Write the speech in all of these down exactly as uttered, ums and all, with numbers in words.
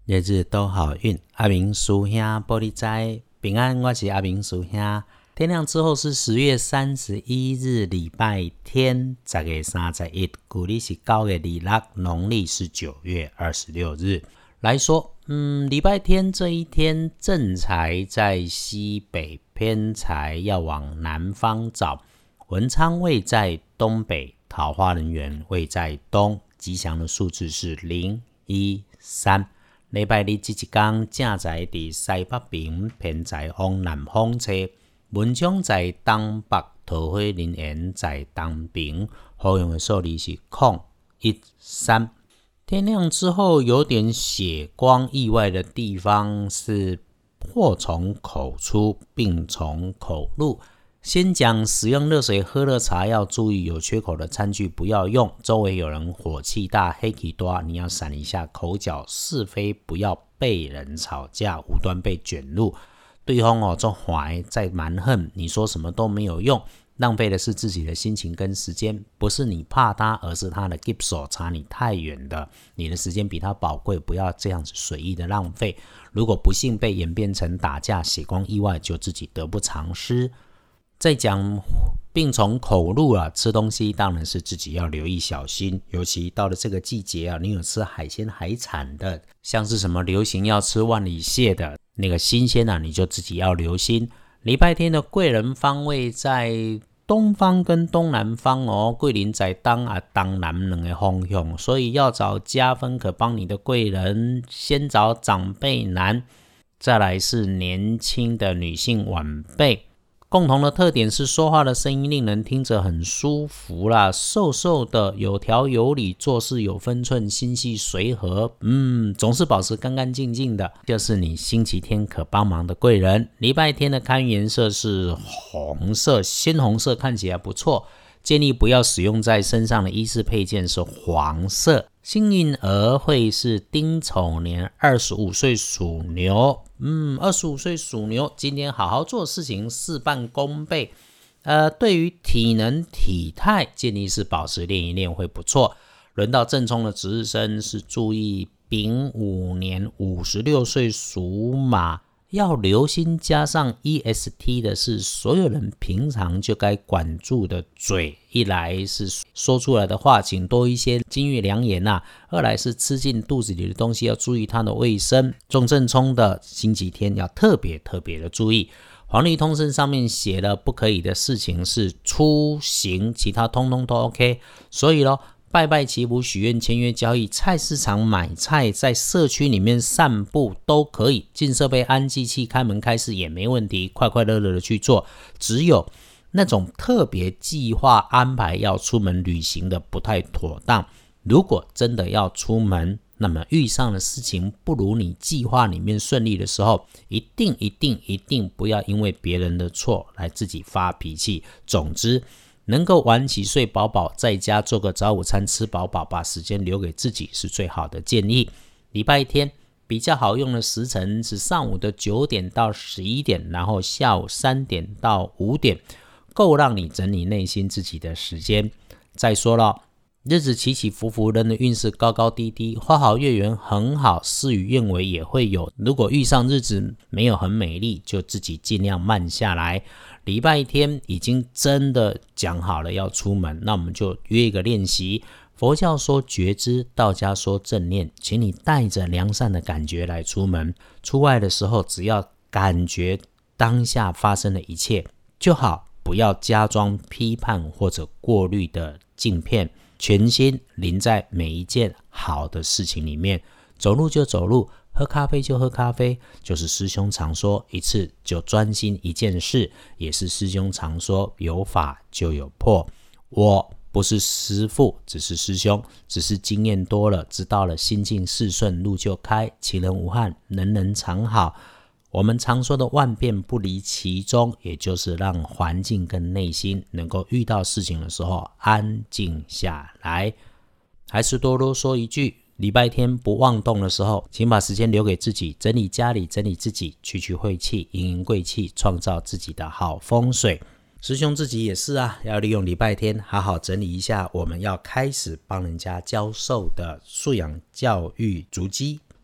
日日都好运，阿明师兄玻璃斋平安，我是阿明师兄。天亮之后是十月三十一日，礼拜天，十月三十一，古历是九月二六，农历是九月二十六日。来说，嗯，礼拜天这一天，正财在西北，偏财要往南方找。文昌位在东北，桃花人缘位在东，吉祥的数字是零、一、三。礼拜日这一天，正财在西北边，偏财往南方车。文昌在东北，桃花人缘在东边，好用的数字是零、一、三。天亮之后有点血光意外的地方是祸从口出，病从口入。先讲使用热水喝热茶要注意，有缺口的餐具不要用，周围有人火气大黑气大，你要闪一下口角，是非不要被人吵架，无端被卷入。对方哦做坏再蛮横，你说什么都没有用，浪费的是自己的心情跟时间，不是你怕他，而是他的 keep 手差你太远的，你的时间比他宝贵，不要这样子随意的浪费。如果不幸被演变成打架血光意外，就自己得不偿失。再讲病从口入啊，吃东西当然是自己要留意小心，尤其到了这个季节啊，你有吃海鲜海产的，像是什么流行要吃万里蟹的那个新鲜啊，你就自己要留心。礼拜天的贵人方位在东方跟东南方哦，贵人在东啊东南两个方向，所以要找加分可帮你的贵人，先找长辈男，再来是年轻的女性晚辈。共同的特点是说话的声音令人听着很舒服啦，瘦瘦的，有条有理，做事有分寸，心细随和，嗯，总是保持干干净净的，就是你星期天可帮忙的贵人。礼拜天的看颜色是红色，鲜红色看起来不错，建议不要使用在身上的衣饰配件是黄色。幸运儿会是丁丑年，二十五岁属牛。嗯，二十五岁属牛，今天好好做事情，事半功倍。呃，对于体能体态，建议是保持练一练会不错。轮到正冲的值日生是注意丙午年，五十六岁属马。要留心加上 E S T 的是所有人平常就该管住的嘴，一来是说出来的话请多一些金玉良言啊，二来是吃进肚子里的东西要注意它的卫生。中正冲的星期天要特别特别的注意。黄历通胜上面写了不可以的事情是出行，其他通通都 OK。 所以咯拜拜祈福许愿签约交易，菜市场买菜，在社区里面散步都可以，进设备安机器开门开市也没问题，快快乐乐的去做。只有那种特别计划安排要出门旅行的不太妥当，如果真的要出门，那么遇上的事情不如你计划里面顺利的时候，一定一定一定不要因为别人的错来自己发脾气。总之能够晚起睡饱饱，在家做个早午餐吃饱饱，把时间留给自己是最好的建议。礼拜天比较好用的时辰是上午的九点到十一点，然后下午三点到五点，够让你整理内心自己的时间。再说了，日子起起伏伏，人的运势高高低低，花好月圆很好，事与愿违也会有。如果遇上日子没有很美丽，就自己尽量慢下来。礼拜天已经真的讲好了要出门，那我们就约一个练习。佛教说觉知，道家说正念，请你带着良善的感觉来出门。出外的时候，只要感觉当下发生的一切就好，不要加装批判或者过滤的镜片，全心临在每一件好的事情里面。走路就走路，喝咖啡就喝咖啡，就是师兄常说一次就专心一件事，也是师兄常说有法就有破。我不是师父，只是师兄，只是经验多了，知道了心境事顺路就开，其人无憾，人人常好。我们常说的万变不离其宗，也就是让环境跟内心能够遇到事情的时候安静下来。还是多啰嗦一句，礼拜天不妄动的时候，请把时间留给自己，整理家里，整理自己，去去晦气，迎迎贵气，创造自己的好风水。师兄自己也是啊，要利用礼拜天好好整理一下我们要开始帮人家教授的素养教育足迹。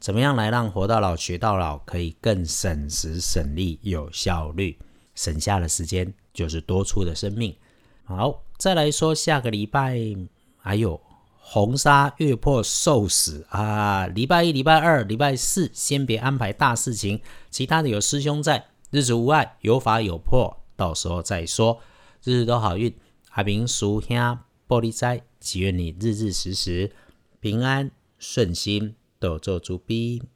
怎么样来让活到老学到老可以更省时省力有效率，省下的时间就是多出的生命。好，再来说下个礼拜还有红沙月破受死啊，礼拜一礼拜二礼拜四先别安排大事情，其他的有师兄在，日子无碍，有法有破，到时候再说，日日都好运。阿明叔兄玻璃斋，祈愿你日日时时平安顺心，多做主逼。